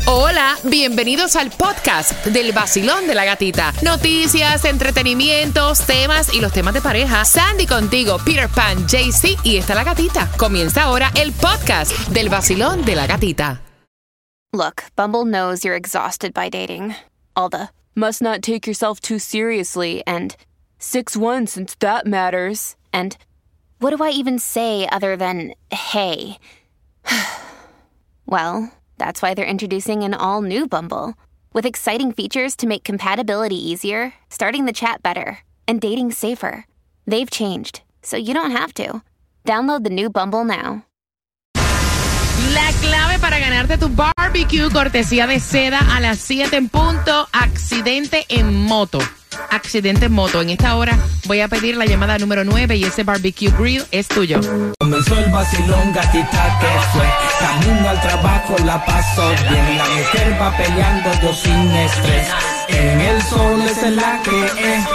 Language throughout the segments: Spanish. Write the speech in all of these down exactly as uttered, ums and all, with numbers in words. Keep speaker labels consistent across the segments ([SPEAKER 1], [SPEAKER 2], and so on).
[SPEAKER 1] Hola, bienvenidos al podcast del Vacilón de la Gatita. Noticias, entretenimientos, temas y los temas de pareja. Sandy contigo, Peter Pan, J C y está la gatita. Comienza ahora el podcast del Vacilón de la Gatita.
[SPEAKER 2] Look, Bumble knows you're exhausted by dating. All the must not take yourself too seriously and six one since that matters. And what do I even say other than hey? Well, that's why they're introducing an all-new Bumble, with exciting features to make compatibility easier, starting the chat better, and dating safer. They've changed, so you don't have to. Download the new Bumble now.
[SPEAKER 1] La clave para ganarte tu barbecue, cortesía de Seda a las siete en punto, accidente en moto. Accidente en moto. En esta hora voy a pedir la llamada número nueve y ese barbecue grill es tuyo.
[SPEAKER 3] Comenzó el vacilón, gatita, que fue camino al trabajo, la paso bien. La mujer va peleando, yo sin estrés. En el sol es la que es.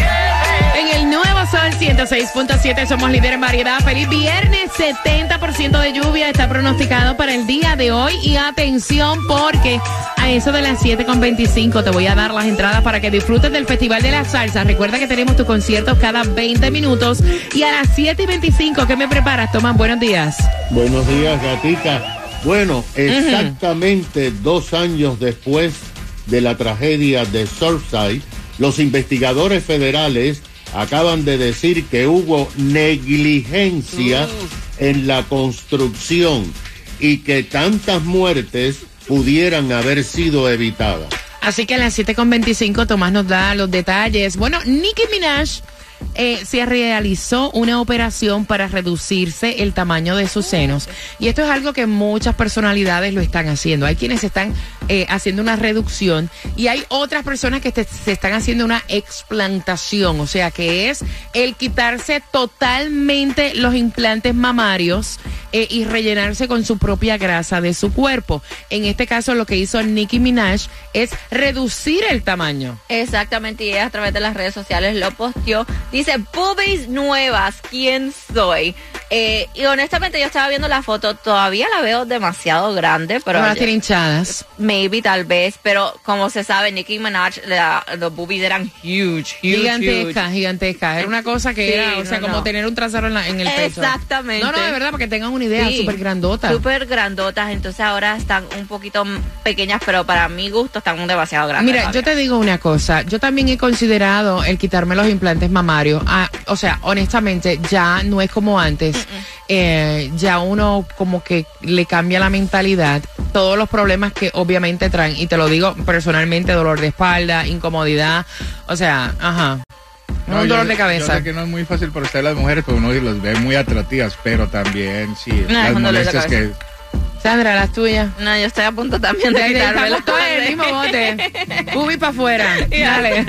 [SPEAKER 1] En el Nuevo Sol ciento seis punto siete somos líder en variedad. Feliz viernes, setenta por ciento de lluvia está pronosticado para el día de hoy. Y atención porque a eso de las siete con veinticinco te voy a dar las entradas para que disfrutes del Festival de la Salsa. Recuerda que tenemos tus conciertos cada veinte minutos. Y a las siete y veinticinco, ¿qué me preparas, Tomás? Buenos días.
[SPEAKER 4] Buenos días, gatita. Bueno, exactamente uh-huh. dos años después de la tragedia de Surfside, los investigadores federales acaban de decir que hubo negligencia uh. en la construcción y que tantas muertes pudieran haber sido evitadas.
[SPEAKER 1] Así que a las siete con veinticinco Tomás nos da los detalles. Bueno, Nicki Minaj eh, se realizó una operación para reducirse el tamaño de sus senos. Y esto es algo que muchas personalidades lo están haciendo. Hay quienes están eh, haciendo una reducción y hay otras personas que te, se están haciendo una explantación. O sea, que es el quitarse totalmente los implantes mamarios eh, y rellenarse con su propia grasa de su cuerpo. En este caso, lo que hizo Nicki Minaj es reducir el tamaño.
[SPEAKER 5] Exactamente, y ella a través de las redes sociales lo posteó. Dice, boobies nuevas, ¿quién soy? Eh, y honestamente yo estaba viendo la foto, todavía la veo demasiado grande, pero...
[SPEAKER 1] Ahora tiene hinchadas.
[SPEAKER 5] Maybe, tal vez, pero como se sabe, Nicki Minaj, la, los boobies eran huge, huge,
[SPEAKER 1] Gigantesca,
[SPEAKER 5] huge.
[SPEAKER 1] gigantesca. Era una cosa que sí, era, o sea, no, como no. tener un trasero en, la, en el pecho.
[SPEAKER 5] Exactamente.
[SPEAKER 1] No, no, de verdad, porque tengan una idea,
[SPEAKER 5] sí,
[SPEAKER 1] súper grandotas.
[SPEAKER 5] Súper grandotas, entonces ahora están un poquito pequeñas, pero para mi gusto están demasiado grandes.
[SPEAKER 1] Mira, todavía. Yo te digo una cosa, yo también he considerado el quitarme los implantes mamarios. Ah, o sea, honestamente, ya no es como antes. Eh, ya uno como que le cambia la mentalidad. Todos los problemas que obviamente traen, y te lo digo personalmente, dolor de espalda, incomodidad, o sea, ajá. No, un dolor
[SPEAKER 6] yo,
[SPEAKER 1] de cabeza.
[SPEAKER 6] Yo sé que no es muy fácil para ustedes las mujeres, pero uno los ve muy atractivas, pero también sí,
[SPEAKER 5] no,
[SPEAKER 6] las molestias que...
[SPEAKER 1] Sandra, las tuyas.
[SPEAKER 5] No, yo estoy a punto también de quitarme
[SPEAKER 1] todo en el mismo bote. Ubi para afuera. Dale.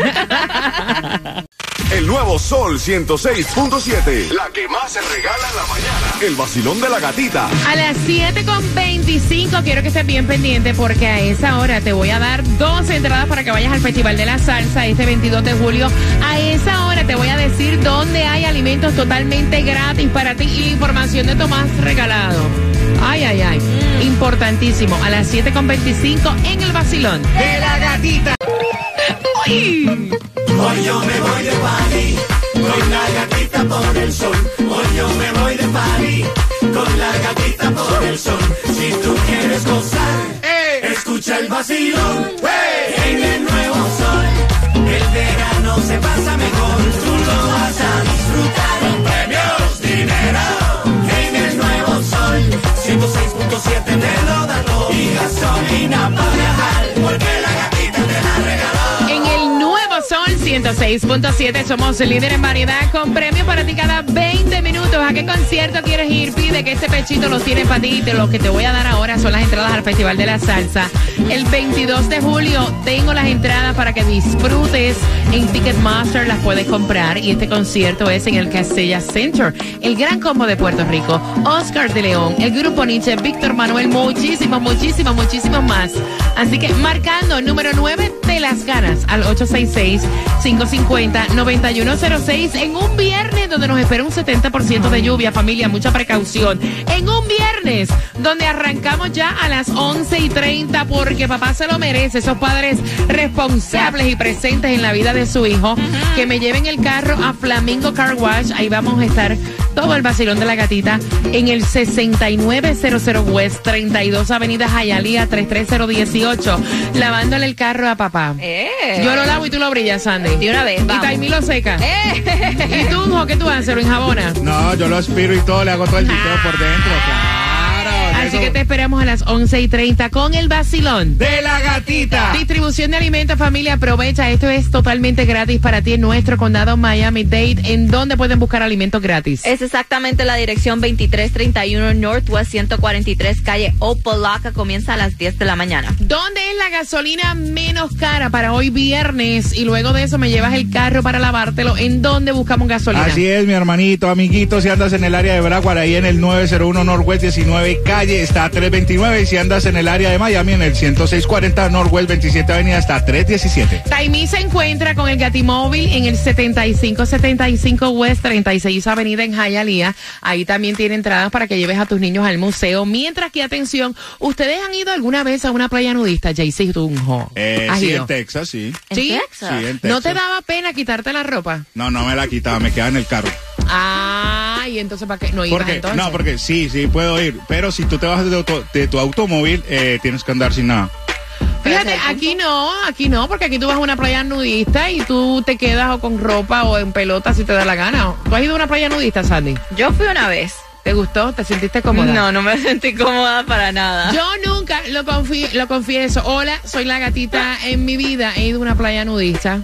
[SPEAKER 7] El Nuevo Sol ciento seis punto siete. La que más se regala en la mañana. El vacilón de la gatita.
[SPEAKER 1] A las siete con veinticinco quiero que estés bien pendiente porque a esa hora te voy a dar dos entradas para que vayas al Festival de la Salsa este veintidós de julio. A esa hora te voy a decir dónde hay alimentos totalmente gratis para ti y información de Tomás regalado. Ay, ay, ay. Mm. Importantísimo. A las siete con veinticinco en el vacilón
[SPEAKER 3] de la gatita.
[SPEAKER 1] Uy.
[SPEAKER 3] Hoy yo me voy de party con la gatita por el sol. Hoy yo me voy de party con la gatita por el sol. Si tú quieres gozar, ¡hey! Escucha el vacilón, ¡hey! En el Nuevo Sol. El verano se pasa mejor. Tú lo vas a disfrutar con premios, dinero. En el Nuevo Sol ciento seis punto siete te lo da todo. Y gasolina para viajar, porque la gatita te la regaló.
[SPEAKER 1] En el Nuevo Sol ciento seis punto siete somos líder en variedad con premios para ti cada veinte minutos. ¿A qué concierto quieres ir? Pide que este pechito los tiene para ti. Lo que te voy a dar ahora son las entradas al Festival de la Salsa. El veintidós de julio tengo las entradas para que disfrutes. En Ticketmaster las puedes comprar. Y este concierto es en el Casella Center. El Gran Combo de Puerto Rico, Oscar de León, el Grupo Nietzsche, Víctor Manuel, muchísimos, muchísimos, muchísimos más. Así que marcando número nueve de las ganas al ocho seis seis, cinco cinco cinco cero, nueve uno cero seis. En un viernes donde nos espera un setenta por ciento de lluvia, familia, mucha precaución. En un viernes donde arrancamos ya a las once y treinta porque papá se lo merece. Esos padres responsables y presentes en la vida de su hijo. Uh-huh. Que me lleven el carro a Flamingo Car Wash. Ahí vamos a estar todo el vacilón de la gatita en el sesenta y nueve cero cero West treinta y dos Avenida Hialeah tres tres cero uno ocho. Lavándole el carro a papá.
[SPEAKER 5] Eh.
[SPEAKER 1] Yo lo lavo y tú lo brillas, Sandy.
[SPEAKER 5] De una vez, vamos.
[SPEAKER 1] Y Taimí lo seca.
[SPEAKER 5] Eh.
[SPEAKER 1] ¿Y tú, Jo, qué tú haces? ¿Lo enjabonas?
[SPEAKER 6] No, yo lo aspiro y todo, le hago todo el tinteo por dentro, claro.
[SPEAKER 1] Así que te esperamos a las once y treinta con el vacilón
[SPEAKER 6] de la gatita.
[SPEAKER 1] Distribución de alimentos, familia, aprovecha. Esto es totalmente gratis para ti en nuestro condado Miami-Dade. ¿En dónde pueden buscar alimentos gratis?
[SPEAKER 5] Es exactamente la dirección veintitrés treinta y uno Northwest ciento cuarenta y tres, calle Opalaca. Comienza a las diez de la mañana.
[SPEAKER 1] ¿Dónde es la gasolina menos cara para hoy viernes? Y luego de eso me llevas el carro para lavártelo. ¿En dónde buscamos gasolina?
[SPEAKER 6] Así es, mi hermanito, amiguito. Si andas en el área de Broward, ahí en el nueve cero uno Northwest diecinueve, calle está tres veintinueve. Y si andas en el área de Miami, en el ciento seis cuarenta Northwest veintisiete Avenida, está tres diecisiete.
[SPEAKER 1] Taimí se encuentra con el Gatimóvil en el setenta y cinco setenta y cinco West treinta y seis Avenida en Hialeah. Ahí también tiene entradas para que lleves a tus niños al museo. Mientras que, atención, ¿ustedes han ido alguna vez a una playa nudista, Jaycee Tunjo?
[SPEAKER 6] Eh, sí, ido? En Texas, sí.
[SPEAKER 1] ¿Sí?
[SPEAKER 5] ¿En Texas?
[SPEAKER 6] Sí, en Texas.
[SPEAKER 1] ¿No te daba pena quitarte la ropa?
[SPEAKER 6] No, no me la quitaba, me quedaba en el carro.
[SPEAKER 1] Ah, y entonces ¿para qué no ibas
[SPEAKER 6] porque,
[SPEAKER 1] entonces?
[SPEAKER 6] No, porque sí, sí puedo ir, pero si tú te bajas de, auto, de tu automóvil, eh, tienes que andar sin nada.
[SPEAKER 1] Fíjate, aquí no, aquí no, porque aquí tú vas a una playa nudista y tú te quedas o con ropa o en pelota si te da la gana. ¿Tú has ido a una playa nudista, Sandy?
[SPEAKER 5] Yo fui una vez.
[SPEAKER 1] ¿Te gustó? ¿Te sentiste cómoda?
[SPEAKER 5] No, no me sentí cómoda para nada.
[SPEAKER 1] Yo nunca, lo, confi- lo confieso. Hola, soy la gatita. En mi vida he ido a una playa nudista.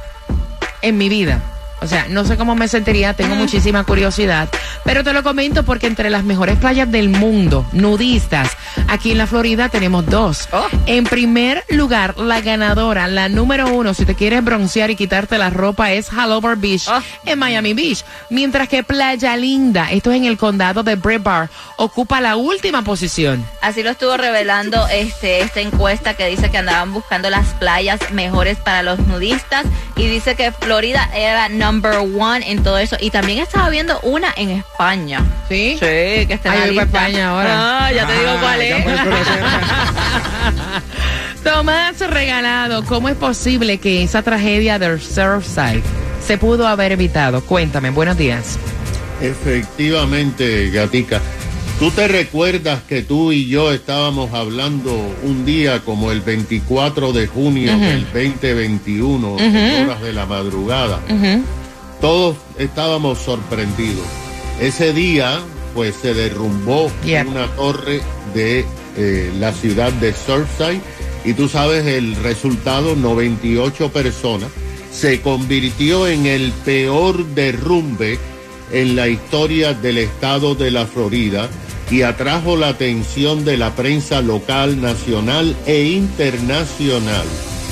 [SPEAKER 1] En mi vida. O sea, no sé cómo me sentiría, tengo muchísima curiosidad. Pero te lo comento porque entre las mejores playas del mundo, nudistas, aquí en la Florida tenemos dos.
[SPEAKER 5] Oh.
[SPEAKER 1] En primer lugar, la ganadora, la número uno, si te quieres broncear y quitarte la ropa, es Halover Beach,
[SPEAKER 5] Oh.
[SPEAKER 1] en Miami Beach. Mientras que Playa Linda, esto es en el condado de Brevard, ocupa la última posición.
[SPEAKER 5] Así lo estuvo revelando este esta encuesta que dice que andaban buscando las playas mejores para los nudistas y dice que Florida era number one en todo eso. Y también estaba viendo una en España.
[SPEAKER 1] ¿Sí?
[SPEAKER 5] Sí, que está en
[SPEAKER 1] Ay,
[SPEAKER 5] la
[SPEAKER 1] voy para
[SPEAKER 5] lista.
[SPEAKER 1] España ahora.
[SPEAKER 5] Ah, ya te digo cuál es.
[SPEAKER 1] Tomás Regalado, ¿cómo es posible que esa tragedia del Surfside se pudo haber evitado? Cuéntame, buenos días.
[SPEAKER 4] Efectivamente, Gatica. ¿Tú te recuerdas que tú y yo estábamos hablando un día como el veinticuatro de junio uh-huh. del veinte veintiuno, uh-huh. en horas de la madrugada? Uh-huh. Todos estábamos sorprendidos. Ese día, pues, se derrumbó yep. una torre de eh, la ciudad de Surfside y tú sabes el resultado, noventa y ocho personas. Se convirtió en el peor derrumbe en la historia del estado de la Florida y atrajo la atención de la prensa local, nacional e internacional.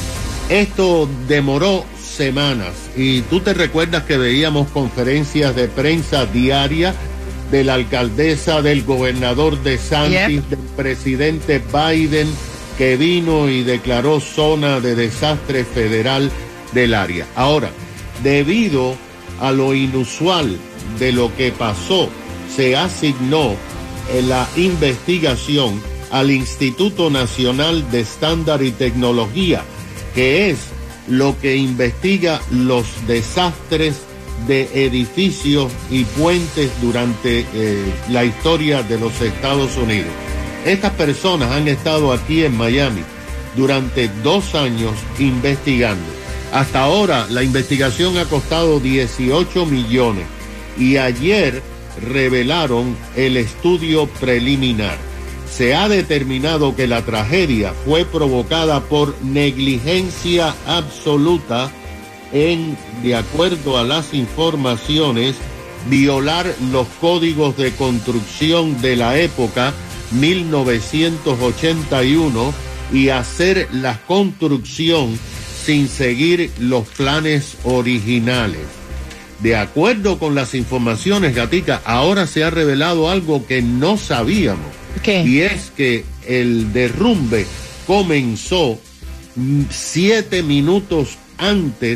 [SPEAKER 4] Esto demoró semanas y tú te recuerdas que veíamos conferencias de prensa diaria de la alcaldesa, del gobernador DeSantis, yep. del presidente Biden, que vino y declaró zona de desastre federal del área. Ahora, debido a lo inusual de lo que pasó, se asignó la investigación al Instituto Nacional de Estándar y Tecnología, que es lo que investiga los desastres de edificios y puentes durante eh, la historia de los Estados Unidos. Estas personas han estado aquí en Miami durante dos años investigando. Hasta ahora la investigación ha costado dieciocho millones y ayer revelaron el estudio preliminar. Se ha determinado que la tragedia fue provocada por negligencia absoluta en, de acuerdo a las informaciones, violar los códigos de construcción de la época mil novecientos ochenta y uno y hacer la construcción sin seguir los planes originales. De acuerdo con las informaciones, Gatica, ahora se ha revelado algo que no sabíamos.
[SPEAKER 1] ¿Qué?
[SPEAKER 4] Y es que el derrumbe comenzó siete minutos antes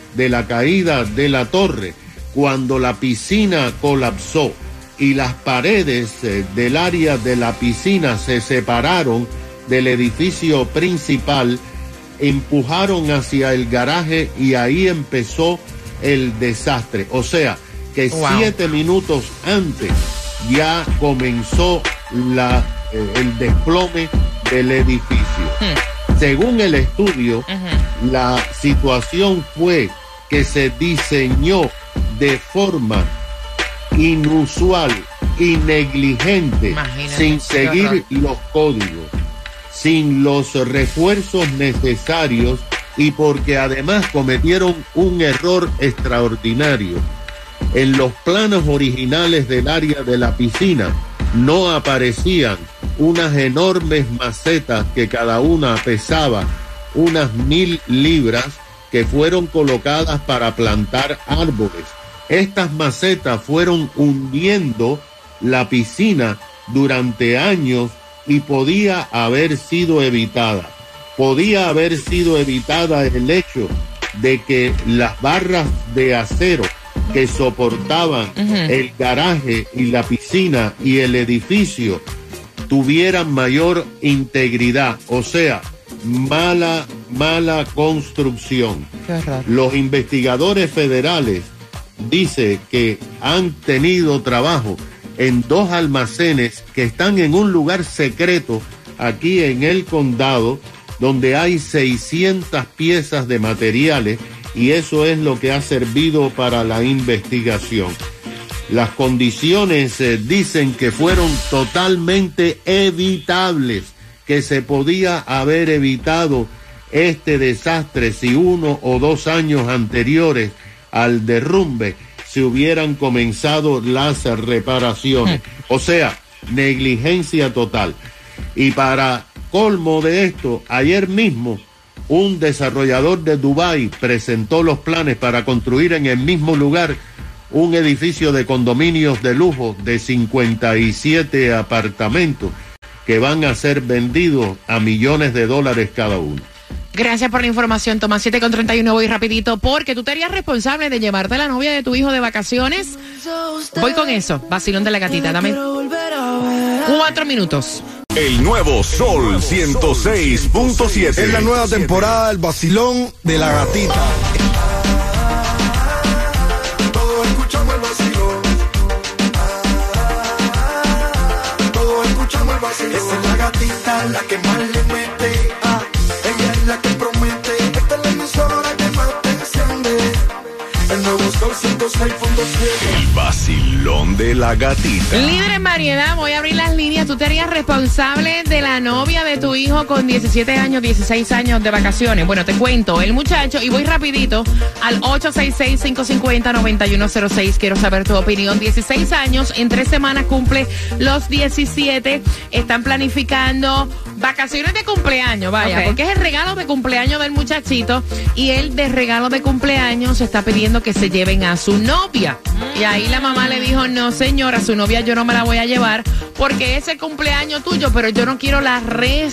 [SPEAKER 4] de la caída de la torre, cuando la piscina colapsó y las paredes eh, del área de la piscina se separaron del edificio principal, empujaron hacia el garaje y ahí empezó el desastre. O sea, que wow. siete minutos antes ya comenzó la, eh, el desplome del edificio. Hmm. Según el estudio, uh-huh. la situación fue que se diseñó de forma inusual y negligente, Imagínate, sin seguir los códigos, sin los refuerzos necesarios y porque además cometieron un error extraordinario. En los planos originales del área de la piscina no aparecían unas enormes macetas que cada una pesaba unas mil libras que fueron colocadas para plantar árboles. Estas macetas fueron hundiendo la piscina durante años y podía haber sido evitada. Podía haber sido evitada el hecho de que las barras de acero que soportaban uh-huh. el garaje y la piscina y el edificio tuvieran mayor integridad, o sea, mala, mala construcción. Los investigadores federales dicen que han tenido trabajo en dos almacenes que están en un lugar secreto aquí en el condado, donde hay seiscientas piezas de materiales, y eso es lo que ha servido para la investigación. Las condiciones eh, dicen que fueron totalmente evitables, que se podía haber evitado este desastre si uno o dos años anteriores al derrumbe se hubieran comenzado las reparaciones. O sea, negligencia total. Y para colmo de esto, ayer mismo un desarrollador de Dubái presentó los planes para construir en el mismo lugar un edificio de condominios de lujo de cincuenta y siete apartamentos que van a ser vendidos a millones de dólares cada uno.
[SPEAKER 1] Gracias por la información, Tomás. siete con treinta y uno, voy rapidito, porque tú te harías responsable de llevarte a la novia de tu hijo de vacaciones. Voy con eso, vacilón de la gatita, dame cuatro minutos.
[SPEAKER 7] El nuevo Sol ciento seis punto siete.
[SPEAKER 8] Es la nueva temporada del vacilón de la gatita.
[SPEAKER 3] Todos escuchamos el vacilón. Todos escuchamos el vacilón. Esa es la gatita, la que más le mete. Ah, ella es la que promete. Esta es la emisora que más te enciende. El nuevo Sol ciento seis punto siete.
[SPEAKER 7] El vacilón de la gatita.
[SPEAKER 1] Líder en variedad, voy a abrir las líneas. ¿Tú te harías responsable de la novia de tu hijo con diecisiete años, dieciséis años de vacaciones? Bueno, te cuento, el muchacho, y voy rapidito al ocho seis seis, cinco cinco cero, nueve uno cero seis. Quiero saber tu opinión. dieciséis años, en tres semanas cumple los diecisiete. Están planificando vacaciones de cumpleaños, vaya, okay. porque es el regalo de cumpleaños del muchachito, y él de regalo de cumpleaños está pidiendo que se lleven a su novia. Y ahí la mamá le dijo, no señora, su novia yo no me la voy a llevar porque es el cumpleaños tuyo, pero yo no quiero la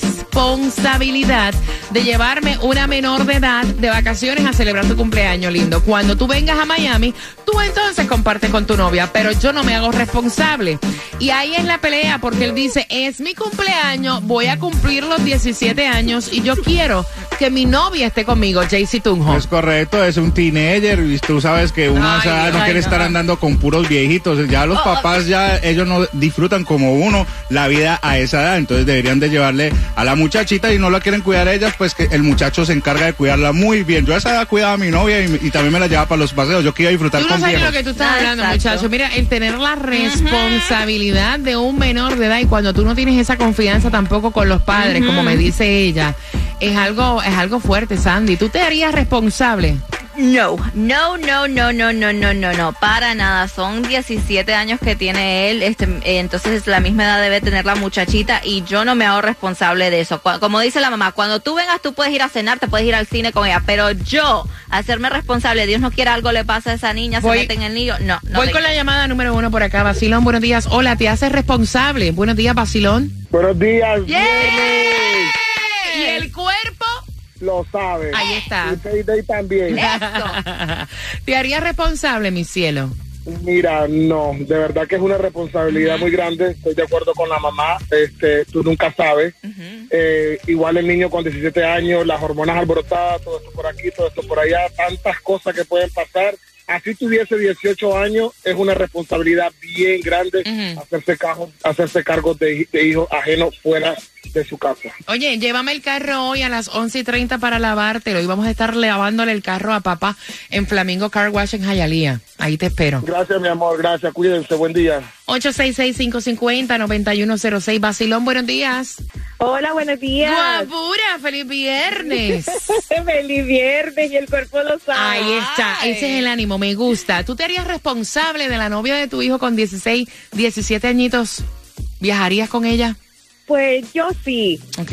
[SPEAKER 1] responsabilidad de llevarme una menor de edad de vacaciones a celebrar tu cumpleaños, lindo. Cuando tú vengas a Miami, tú entonces compartes con tu novia, pero yo no me hago responsable. Y ahí es la pelea, porque él dice, es mi cumpleaños, voy a cumplir los diecisiete años y yo quiero que mi novia esté conmigo, Jaycee Tunjo.
[SPEAKER 6] Es correcto, es un teenager y tú sabes que uno ay, o sea, no ay, quiere ay, estar no. andando con puros viejitos. Ya los oh, papás okay. ya ellos no disfrutan como uno la vida a esa edad, entonces deberían de llevarle a la muchachita, y no la quieren cuidar ellas, pues que el muchacho se encarga de cuidarla muy bien. Yo a esa edad cuidaba a mi novia y, y también me la llevaba para los paseos. Yo quería disfrutar con viejos. Tú no sabes lo que tú estás hablando, muchacho. Mira, el tener la responsabilidad uh-huh. de un menor de edad, y cuando tú no tienes esa confianza tampoco con los padres, uh-huh. como me dice ella, es algo, es algo fuerte, Sandy. ¿Tú te harías responsable?
[SPEAKER 5] No, no, no, no, no, no, no, no, no, para nada. Son diecisiete años que tiene él, este, eh, entonces la misma edad debe tener la muchachita, y yo no me hago responsable de eso. Cu- como dice la mamá, cuando tú vengas tú puedes ir a cenar, te puedes ir al cine con ella, pero yo, hacerme responsable, Dios no quiera algo le pasa a esa niña, voy, se mete en el lío, no. no
[SPEAKER 1] voy con la llamada número uno por acá, Vacilón, buenos días. Hola, ¿te haces responsable? Buenos días, Vacilón.
[SPEAKER 9] Buenos días.
[SPEAKER 1] ¡Yeah! Y el cuerpo
[SPEAKER 9] lo sabe.
[SPEAKER 1] Ahí está.
[SPEAKER 9] Y Payday también.
[SPEAKER 1] ¿Te harías responsable, mi cielo?
[SPEAKER 9] Mira, no, de verdad que es una responsabilidad uh-huh. muy grande. Estoy de acuerdo con la mamá. Este, tú nunca sabes. Uh-huh. Eh, igual el niño con diecisiete años, las hormonas alborotadas, todo esto por aquí, todo esto por allá, tantas cosas que pueden pasar. Así tuviese dieciocho años, es una responsabilidad bien grande uh-huh. hacerse cargo, hacerse cargo de, de hijos ajenos fuera de su casa.
[SPEAKER 1] Oye, llévame el carro hoy a las once y treinta para lavártelo y vamos a estar lavándole el carro a papá en Flamingo Car Wash en Hialeah. Ahí te espero.
[SPEAKER 9] Gracias, mi amor, gracias, cuídense, buen día.
[SPEAKER 1] ocho seis seis, cinco cinco cero, nueve uno cero seis. Basilón, buenos días.
[SPEAKER 10] Hola, buenos días.
[SPEAKER 1] Guapura, feliz viernes.
[SPEAKER 10] Feliz viernes y el cuerpo lo sabe.
[SPEAKER 1] Ahí está, ese es el ánimo, me gusta. ¿Tú te harías responsable de la novia de tu hijo con dieciséis, diecisiete añitos? ¿Viajarías con ella?
[SPEAKER 10] Pues yo sí.
[SPEAKER 1] Ok.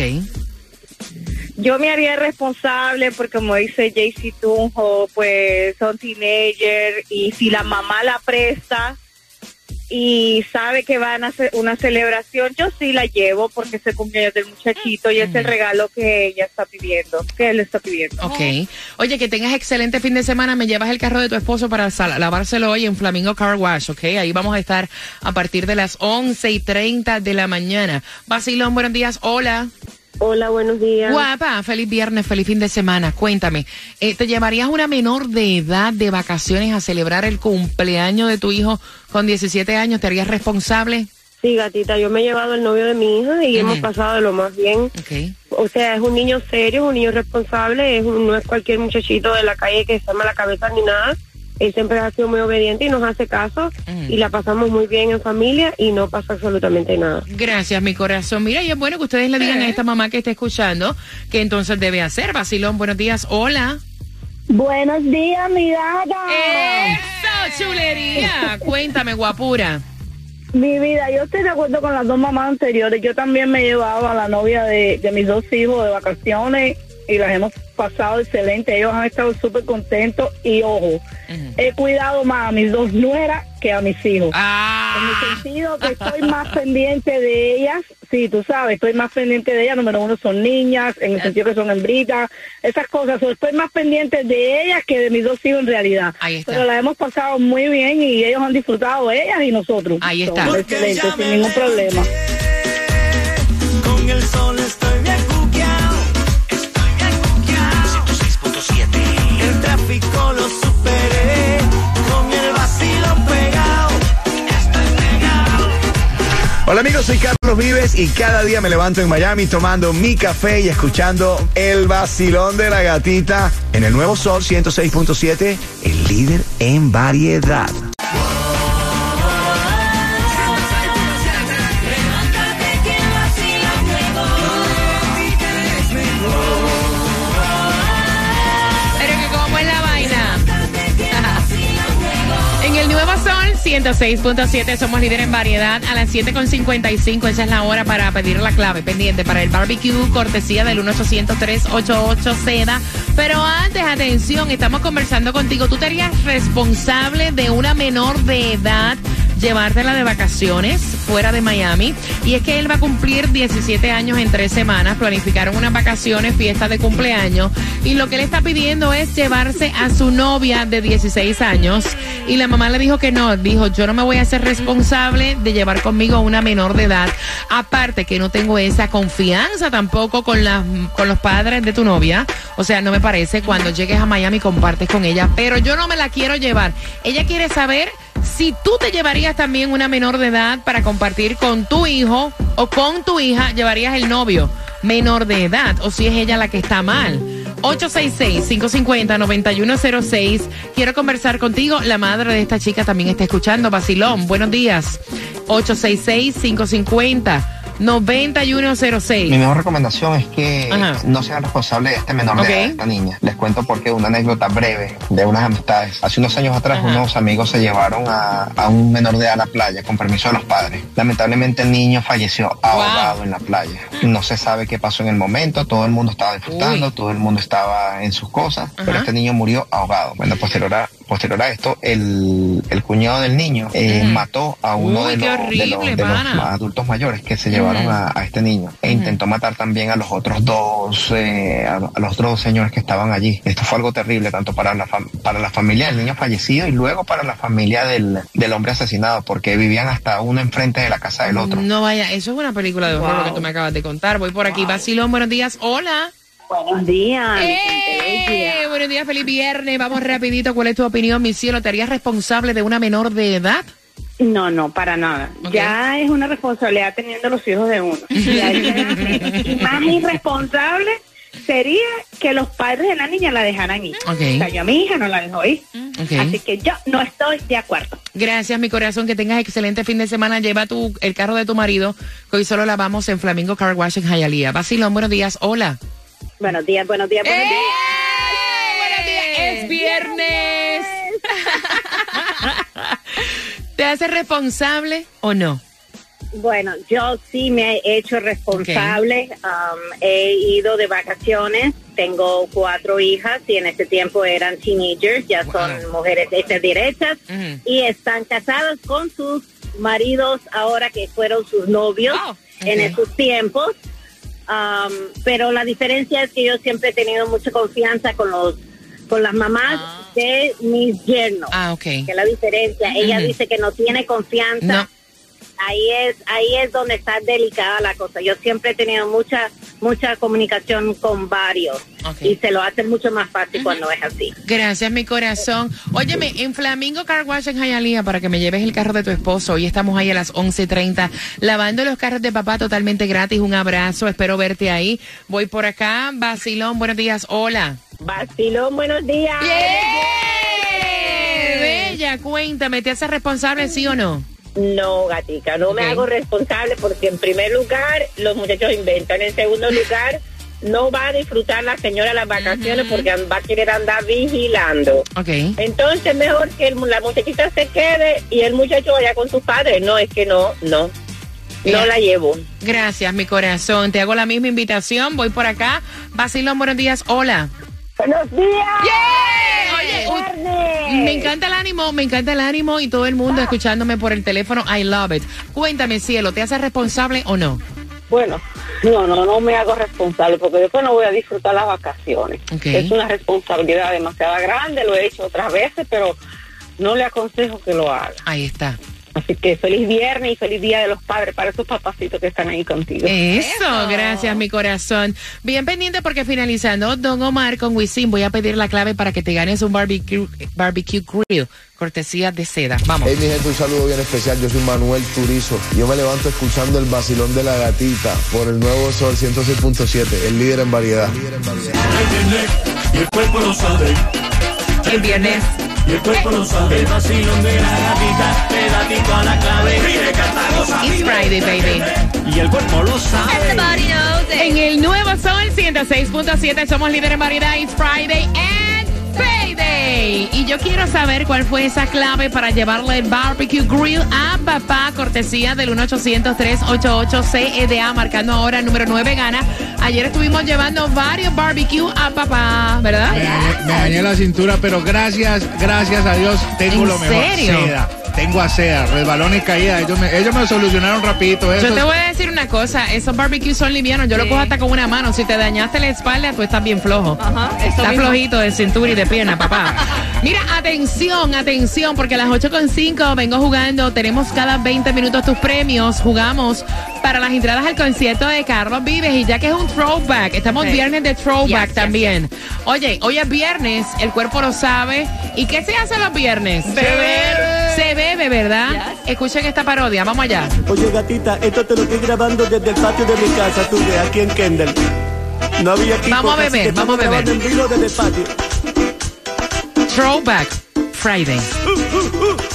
[SPEAKER 10] Yo me haría responsable porque, como dice Jaycee Tunjo, pues son teenagers y si la mamá la presta y sabe que van a hacer una celebración, yo sí la llevo porque es el cumpleaños del muchachito y es el regalo que ella está pidiendo, que él está pidiendo.
[SPEAKER 1] Ok. Oye, que tengas excelente fin de semana. Me llevas el carro de tu esposo para sal- lavárselo hoy en Flamingo Car Wash, ok. Ahí vamos a estar a partir de las once y treinta de la mañana. Basilón, buenos días. Hola.
[SPEAKER 10] Hola, buenos días.
[SPEAKER 1] Guapa, feliz viernes, feliz fin de semana. Cuéntame, eh, ¿te llevarías una menor de edad de vacaciones a celebrar el cumpleaños de tu hijo con diecisiete años? ¿Te harías responsable?
[SPEAKER 10] Sí, gatita, yo me he llevado el novio de mi hija y uh-huh. hemos pasado de lo más bien.
[SPEAKER 1] Okay.
[SPEAKER 10] O sea, es un niño serio, es un niño responsable, es un, no es cualquier muchachito de la calle que se llama la cabeza ni nada. Él siempre ha sido muy obediente y nos hace caso uh-huh. y la pasamos muy bien en familia y no pasa absolutamente nada.
[SPEAKER 1] Gracias, mi corazón. Mira, y es bueno que ustedes le digan a esta mamá que está escuchando que entonces debe hacer. Basilón, buenos días. Hola.
[SPEAKER 11] Buenos días, mi gata.
[SPEAKER 1] ¡Eso, chulería! Cuéntame, guapura.
[SPEAKER 11] Mi vida, yo estoy de acuerdo con las dos mamás anteriores. Yo también me he llevado a la novia de, de mis dos hijos de vacaciones y las hemos pasado excelente. Ellos han estado súper contentos y, ojo, uh-huh. he cuidado más a mis dos nueras que a mis hijos.
[SPEAKER 1] Ah.
[SPEAKER 11] En el sentido que estoy más pendiente de ellas. Sí, tú sabes, estoy más pendiente de ellas. Número uno, son niñas, en el sentido que son hembritas, esas cosas. O estoy más pendiente de ellas que de mis dos hijos en realidad.
[SPEAKER 1] Ahí está.
[SPEAKER 11] Pero la hemos pasado muy bien y ellos han disfrutado, ellas y nosotros.
[SPEAKER 1] Ahí está.
[SPEAKER 11] So, excelente, sin ningún problema.
[SPEAKER 3] Con el sol estoy bien cuqueado. Estoy bien cuqueado. ciento seis punto siete. El tráfico lo superé. Con el vacilón pegado. Estoy pegado.
[SPEAKER 12] Hola amigos, soy Carlos Vives y cada día me levanto en Miami tomando mi café y escuchando el vacilón de la gatita en el nuevo Sol ciento seis punto siete, el líder en variedad.
[SPEAKER 1] ciento seis punto siete, somos líder en variedad. A las siete con cincuenta y cinco, esa es la hora para pedir la clave pendiente para el barbecue, cortesía del uno ochocientos, tres ocho ocho, seda. Pero antes, atención, estamos conversando contigo. ¿Tú te harías responsable de una menor de edad llevártela de vacaciones fuera de Miami? Y es que él va a cumplir diecisiete años en tres semanas. Planificaron unas vacaciones, fiesta de cumpleaños, y lo que él está pidiendo es llevarse a su novia de dieciséis años, y la mamá le dijo que no. Dijo, yo no me voy a hacer responsable de llevar conmigo a una menor de edad. Aparte que no tengo esa confianza tampoco con, la, con los padres de tu novia. O sea, no me parece. Cuando llegues a Miami compartes con ella, pero yo no me la quiero llevar. Ella quiere saber si tú te llevarías también una menor de edad para compartir con tu hijo, o con tu hija llevarías el novio menor de edad, o si es ella la que está mal. ocho seis seis, cinco cinco cero, nueve uno cero seis. Quiero conversar contigo. La madre de esta chica también está escuchando. Vacilón, buenos días. ocho seis seis, cinco cinco cero, nueve uno cero seis.
[SPEAKER 13] Mi mejor recomendación es que Ajá. no sean responsables de este menor okay. de edad, de esta niña. Les cuento porque una anécdota breve de unas amistades. Hace unos años atrás Ajá. unos amigos se llevaron a, a un menor de edad a la playa con permiso de los padres. Lamentablemente el niño falleció ahogado wow. en la playa. No se sabe qué pasó en el momento. Todo el mundo estaba disfrutando, Uy. todo el mundo estaba en sus cosas, Ajá. pero este niño murió ahogado. Bueno, posterior a, posterior a esto, el, el cuñado del niño eh, mm. mató a uno
[SPEAKER 1] Uy,
[SPEAKER 13] de, los, horrible, de, los, de los adultos mayores que se llevaron llevaron a, a este niño. E intentó matar también a los otros dos, eh, a, a los otros dos señores que estaban allí. Esto fue algo terrible, tanto para la, fam- para la familia del niño fallecido y luego para la familia del, del hombre asesinado, porque vivían hasta uno enfrente de la casa del otro.
[SPEAKER 1] No vaya, eso es una película de horror, wow, lo que tú me acabas de contar. Voy por aquí, wow. Vacilón, buenos días, hola.
[SPEAKER 14] Buenos días.
[SPEAKER 1] ¡Eh! Buenos días, feliz viernes. Vamos rapidito, ¿cuál es tu opinión, mi cielo? ¿Te harías responsable de una menor de edad?
[SPEAKER 14] No, no, para nada. Okay. Ya es una responsabilidad teniendo los hijos de uno. Y más irresponsable sería que los padres de la niña la dejaran ir. Okay. O sea, yo a mi hija no la dejo ir. Okay. Así que yo no estoy de acuerdo.
[SPEAKER 1] Gracias, mi corazón. Que tengas excelente fin de semana. Lleva tu, el carro de tu marido, que hoy solo lavamos en Flamingo Car Wash en Hialeah. Vacilón, buenos días. Hola.
[SPEAKER 14] Buenos días, buenos días, buenos días.
[SPEAKER 1] ¡Eh! Buenos días, es viernes. ¿Te haces responsable o no?
[SPEAKER 14] Bueno, yo sí me he hecho responsable. Okay. Um, he ido de vacaciones. Tengo cuatro hijas y en este tiempo eran teenagers. Ya wow. son mujeres hechas derechas uh-huh. y están casadas con sus maridos ahora que fueron sus novios oh. okay. en esos tiempos. Um, pero la diferencia es que yo siempre he tenido mucha confianza con los con las mamás ah. de mis yernos.
[SPEAKER 1] Ah, okay.
[SPEAKER 14] Que es la diferencia. Mm-hmm. Ella dice que no tiene confianza. No. Ahí es ahí es donde está delicada la cosa. Yo siempre he tenido mucha mucha comunicación con varios okay. y se lo hace mucho más fácil uh-huh. cuando es así.
[SPEAKER 1] Gracias, mi corazón. Óyeme, en Flamingo Car Wash en Hialeah, para que me lleves el carro de tu esposo. Hoy estamos ahí a las once treinta lavando los carros de papá totalmente gratis. Un abrazo, espero verte ahí. Voy por acá. Vacilón, buenos días. Hola.
[SPEAKER 14] Vacilón, buenos días.
[SPEAKER 1] Yeah. Bella, cuéntame, ¿te haces responsable, sí o no?
[SPEAKER 14] No, gatica, no okay. me hago responsable porque en primer lugar los muchachos inventan, en segundo lugar no va a disfrutar la señora las vacaciones uh-huh. porque va a querer andar vigilando.
[SPEAKER 1] Okay.
[SPEAKER 14] Entonces mejor que el, la muchachita se quede y el muchacho vaya con sus padres. No, es que no, no, Bien. no la llevo.
[SPEAKER 1] Gracias, mi corazón, te hago la misma invitación, voy por acá. Vacilón, buenos días, hola.
[SPEAKER 14] Buenos días.
[SPEAKER 1] Yeah. Oye, uh, me encanta el ánimo, me encanta el ánimo y todo el mundo ah. escuchándome por el teléfono. I love it. Cuéntame, cielo, ¿te haces responsable o no?
[SPEAKER 14] Bueno, no, no, no me hago responsable porque después no voy a disfrutar las vacaciones. Okay. Es una responsabilidad demasiado grande, lo he hecho otras veces, pero no le aconsejo que lo haga.
[SPEAKER 1] Ahí está.
[SPEAKER 14] Así que feliz viernes y feliz Día de los Padres para esos papacitos que están ahí contigo.
[SPEAKER 1] Eso, Eso. Gracias, mi corazón. Bien pendiente porque finalizando Don Omar con Wisin, voy a pedir la clave para que te ganes un barbecue, barbecue grill, cortesía de Seda. Vamos.
[SPEAKER 8] Hey, mi gente, un saludo bien especial. Yo soy Manuel Turizo. Yo me levanto escuchando el vacilón de la gatita por el nuevo Sol ciento seis punto siete, el líder en variedad.
[SPEAKER 3] Y el cuerpo lo sabe.
[SPEAKER 1] El viernes.
[SPEAKER 3] Y el cuerpo lo sabe. El vacilón de la gatita, pedatito a la clave. Mire, cantamos a
[SPEAKER 1] It's Friday, baby.
[SPEAKER 3] Y el cuerpo lo sabe.
[SPEAKER 5] Everybody knows it.
[SPEAKER 1] En el nuevo Sol ciento seis punto siete somos líder en variedad. It's Friday and Payday. Y yo quiero saber cuál fue esa clave para llevarle el barbecue grill a papá, cortesía del uno ochocientos, tres ocho ocho, C E D A, marcando ahora el número nueve gana. Ayer estuvimos llevando varios barbecue a papá, ¿verdad?
[SPEAKER 6] Me dañé, me dañé la cintura, pero gracias, gracias a Dios tengo lo mejor.
[SPEAKER 1] ¿En serio?
[SPEAKER 6] Seda. Tengo a Seda, resbalón y caída. Ellos me, ellos me solucionaron rapidito. Esos...
[SPEAKER 1] Yo te voy a decir una cosa, esos barbecues son livianos. Yo sí. lo cojo hasta con una mano. Si te dañaste la espalda, tú estás bien flojo. Ajá, estás mismo. flojito de cintura y de pierna, papá. Mira, atención, atención, porque a las ocho con cinco vengo jugando. Tenemos cada veinte minutos tus premios. Jugamos para las entradas al concierto de Carlos Vives. Y ya que es un throwback, estamos sí. viernes de throwback yes, también. Yes. Oye, hoy es viernes, el cuerpo lo sabe. ¿Y qué se hace los viernes?
[SPEAKER 3] Beber.
[SPEAKER 1] Se bebe, ¿verdad? Yes. Escuchen esta parodia, vamos allá.
[SPEAKER 3] Oye, gatita, esto te lo estoy grabando desde el patio de mi casa, tú de aquí en Kendall. No había equipo,
[SPEAKER 1] vamos a beber, vamos a beber.
[SPEAKER 3] En vivo desde el patio.
[SPEAKER 1] Throwback Friday.
[SPEAKER 3] Uh, uh, uh.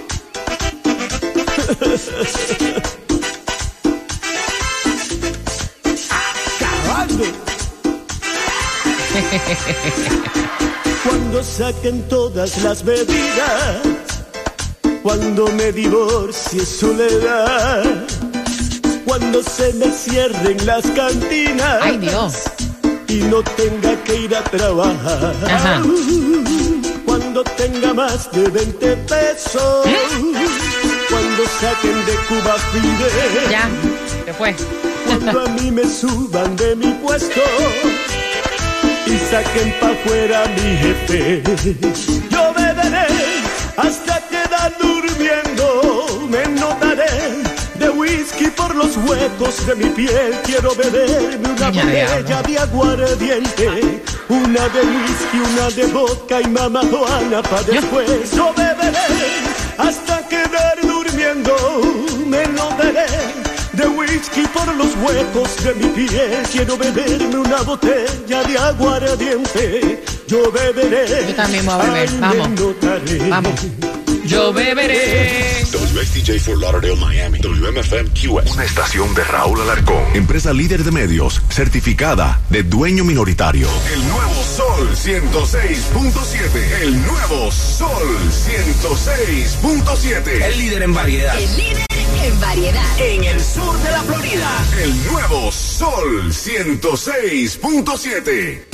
[SPEAKER 3] Cuando saquen todas las bebidas, cuando me divorcie soledad, cuando se me cierren las cantinas,
[SPEAKER 1] ay Dios,
[SPEAKER 3] y no tenga que ir a trabajar,
[SPEAKER 1] ajá.
[SPEAKER 3] Cuando tenga más de veinte pesos, ¿eh? Cuando saquen de Cuba Fide,
[SPEAKER 1] ya. Se fue.
[SPEAKER 3] Cuando a mí me suban de mi puesto y saquen pa' fuera mi jefe, yo beberé hasta quedar durmiendo. Me notaré de whisky por los huecos de mi piel. Quiero beberme una botella de aguardiente, una de whisky, una de vodka y mamá Juana pa' después. Yo beberé hasta quedar durmiendo. Me notaré de whisky por los huecos de mi piel. Quiero beberme una botella de aguardiente. Yo beberé.
[SPEAKER 1] Yo también voy a beber. Vamos. Vamos. Yo beberé.
[SPEAKER 7] W X D J Fort Lauderdale, Miami. W M F M Q S. Una estación de Raúl Alarcón. Empresa líder de medios, certificada de dueño minoritario. El nuevo Sol ciento seis punto siete. El nuevo Sol ciento seis punto siete.
[SPEAKER 12] El líder en variedad.
[SPEAKER 15] El líder en variedad.
[SPEAKER 12] En el sur de la Florida.
[SPEAKER 7] El nuevo Sol ciento seis punto siete.